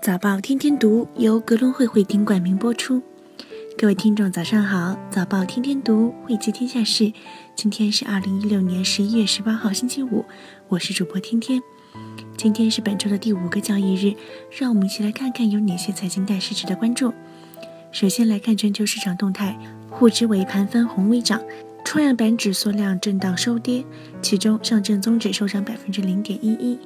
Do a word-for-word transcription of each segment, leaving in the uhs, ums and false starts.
早报天天读由格隆汇会丁冠名播出。各位听众早上好，早报天天读，汇集天下事。今天是二零一六年十一月十八号星期五，我是主播天天。今天是本周的第五个交易日，让我们一起来看看有哪些财经大事值得关注。首先来看全球市场动态，沪指尾盘分红微涨，创业板指数量震荡收跌，其中上证综指收涨 百分之零点一一，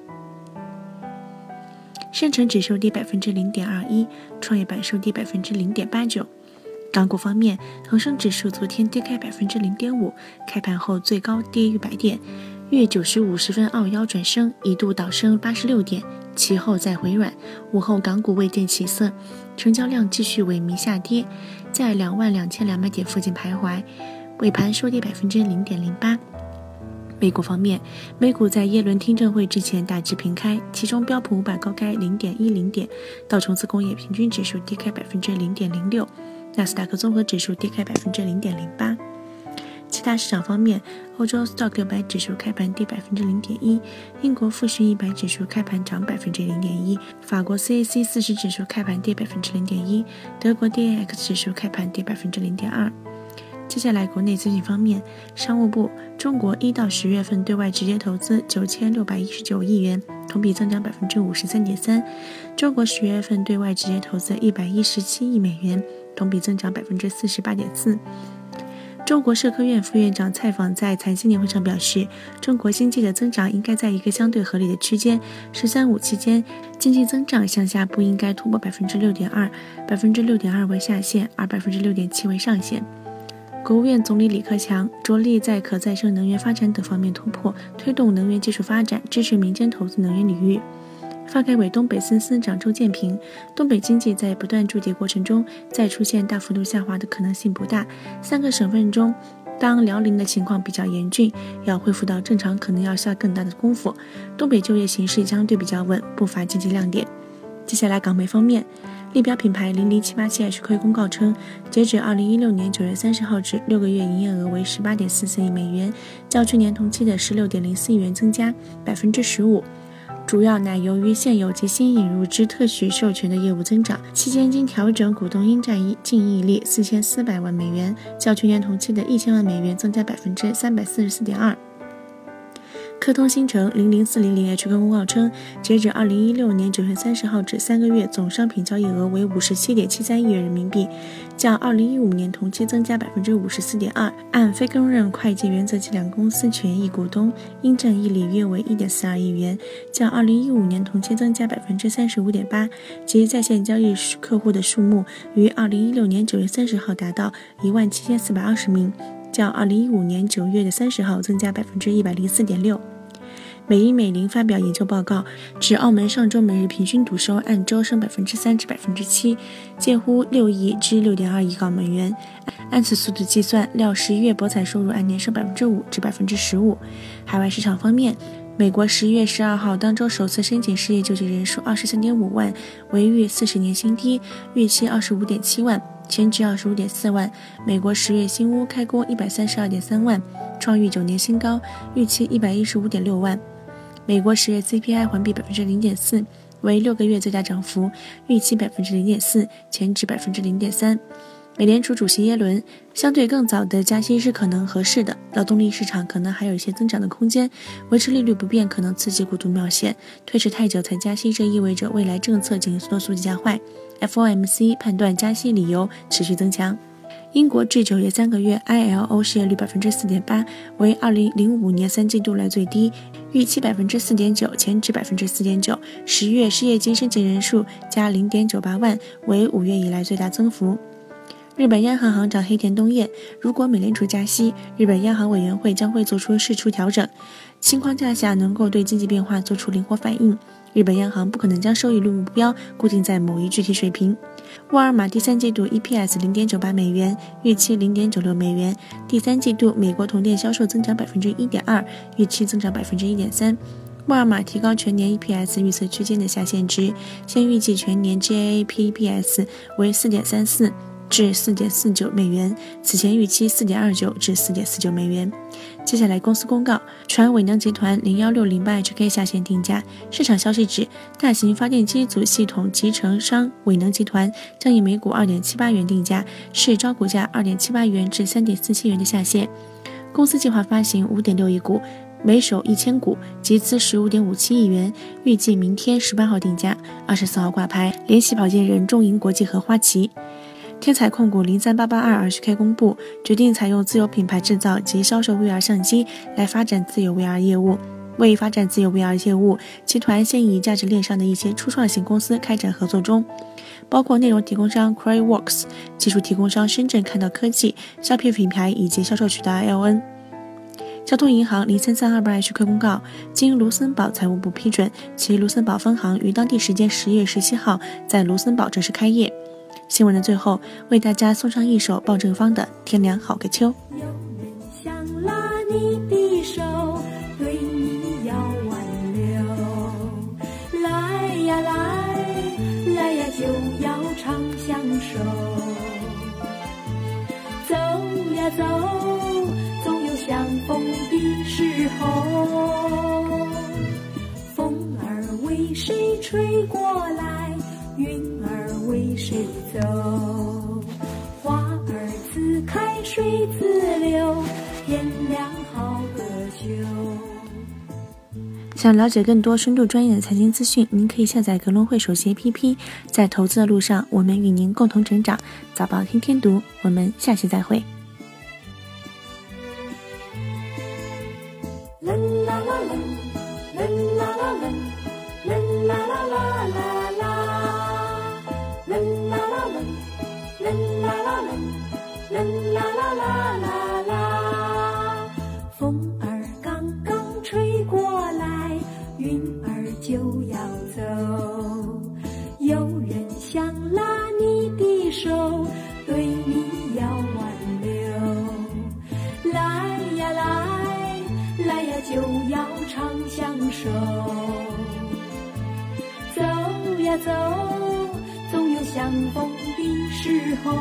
深成指收跌 百分之零点二一， 创业板收跌 百分之零点八九。 港股方面，恒生指数昨天跌开 百分之零点五， 开盘后最高跌逾百点，逾九十五时分傲腰转升，一度倒升八十六点，其后再回软。午后港股未见起色，成交量继续萎靡下跌，在两万两千两百点附近徘徊，尾盘收跌 百分之零点零八。美股方面，美股在耶伦听证会之前大致平开，其中标普五百高开 零点一零点，道琼斯工业平均指数跌开 百分之零点零六， 纳斯达克综合指数跌开 百分之零点零八。其他市场方面，欧洲 Stock 六百指数开盘跌 百分之零点一， 英国富时一百指数开盘涨 百分之零点一， 法国 C A C 四十指数开盘跌 百分之零点一， 德国 D A X 指数开盘跌 百分之零点二。接下来国内资讯方面，商务部，中国一到十月份对外直接投资九千六百一十九亿元，同比增长 百分之五十三点三。中国十月份对外直接投资一百一十七亿美元，同比增长 百分之四十八点四。中国社科院副院长蔡昉在财经年会上表示，中国经济的增长应该在一个相对合理的区间，十三五期间经济增长向下不应该突破 百分之六点二， 百分之六点二 为下限，而 百分之六点七 为上限。国务院总理李克强着力在可再生能源发展等方面突破，推动能源技术发展，支持民间投资能源领域。发改委东北司司长周建平，东北经济在不断筑底过程中，再出现大幅度下滑的可能性不大。三个省份中，当辽宁的情况比较严峻，要恢复到正常可能要下更大的功夫。东北就业形势相对比较稳，不乏经济亮点。接下来港媒方面，立标品牌零零七八七 H K 公告称，截止二零一六年九月三十号止，六个月营业额为 十八点四四亿美元，较去年同期的 十六点零四亿元增加 百分之十五， 主要乃由于现有及新引入之特许授权的业务增长。期间经调整股东应占净溢利四千四百万美元，较去年同期的一千万美元增加 百分之三百四十四点二。科通新城零零四零零 H 公告称，截止二零一六年九月三十号止三个月总商品交易额为 五十七点七三亿元人民币，较二零一五年同期增加 百分之五十四点二。按非公认会计原则计量公司权益股东应占溢利约为 一点四二亿元，较二零一五年同期增加 百分之三十五点八， 及在线交易客户的数目于二零一六年九月三十号达到一万七千四百二十名，较二零一五年九月的三十号增加 百分之一百零四点六。美银美林发表研究报告，指澳门上周每日平均赌收按周升 百分之三 至 百分之七， 介乎六亿至 六点二亿港门元。按此速度计算，料十一月博彩收入按年升 百分之五 至 百分之十五。海外市场方面，美国十一月十二号当周首次申请失业救济人数 二十三点五万，为逾四十年新低，预期 二十五点七万，前值 二十五点四万。美国十月新屋开工 一百三十二点三万，创逾九年新高，预期 一百一十五点六万。美国十月 C P I 环比 百分之零点四， 为六个月最大涨幅，预期 百分之零点四， 前值 百分之零点三。美联储主席耶伦，相对更早的加息是可能合适的，劳动力市场可能还有一些增长的空间，维持利率不变可能刺激过度冒险，推迟太久才加息，这意味着未来政策紧缩速度加快。 F O M C 判断加息理由持续增强。英国至九月三个月 I L O 失业率 百分之四点八， 为二零零五年三季度来最低，预期 百分之四点九， 前值 百分之四点九。 十月失业金申请人数加 零点九八万，为五月以来最大增幅。日本央行行长黑田东彦，如果美联储加息，日本央行委员会将会做出适处调整，情况架下能够对经济变化做出灵活反应。日本央行不可能将收益率目标固定在某一具体水平。沃尔玛第三季度 E P S 零点九八美元，预期 零点九六美元。第三季度美国同店销售增长 百分之一点二， 预期增长 百分之一点三。沃尔玛提高全年 E P S 预测区间的下限值，现预计全年 G A A P E P S 为 四点三四， 至 四点四九美元，此前预期 四点二九至四点四九美元。接下来公司公告，传伟能集团 零一六零八 H K 下线定价。市场消息指，大型发电机组系统集成商伟能集团将以每股 二点七八元定价，是招股价 二点七八元至 三点四七元的下限。公司计划发行 五点六亿股，每手一千股，集资 十五点五七亿元，预计明天十八号定价，二十四号挂牌，联席保荐人中银国际和花旗。天彩控股 零三八八二 H K 公布，决定采用自有品牌制造及销售 V R 相机来发展自有 V R 业务。为发展自有 V R 业务，集团现已价值链上的一些初创型公司开展合作中，包括内容提供商 Craigworks、技术提供商深圳看到科技、销票品牌以及销售渠道 L N。交通银行 零三三二八 H K 公告，经卢森堡财务部批准，其卢森堡分行于当地时间十月十七号在卢森堡正式开业。新闻的最后，为大家送上一首鲍正芳的《天凉好个秋》。 有人想拉你的手，对你要挽留，来呀来，来呀就要常相守，走呀走，总有相逢的时候，风儿为谁吹过来，云儿为谁走，花儿自开水自流，天凉好个秋。 想了解更多深度专业的财经资讯，您可以下载格隆汇手机 A P P。在投资的路上，我们与您共同成长。早报天天读，我们下期再会。 啦啦啦啦，啦啦啦啦，啦啦啦啦啦啦，啦啦啦啦，啦啦啦啦，啦啦啦啦啦啦。风儿刚刚吹过来，云儿就要走，有人想拉你的手，对你要挽留，来呀来，来呀就要常相守，走呀走，总有相逢的时候，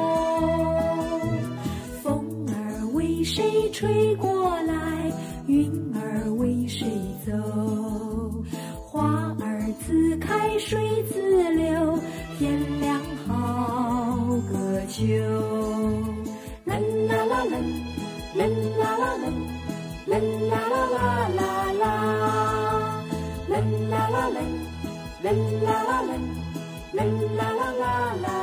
风儿为谁吹过来，云儿为谁走，花儿自开水自流，天凉好个秋。啦啦啦啦，啦啦啦啦，啦啦啦啦啦啦，啦啦啦啦，啦啦啦啦，啦啦啦啦啦。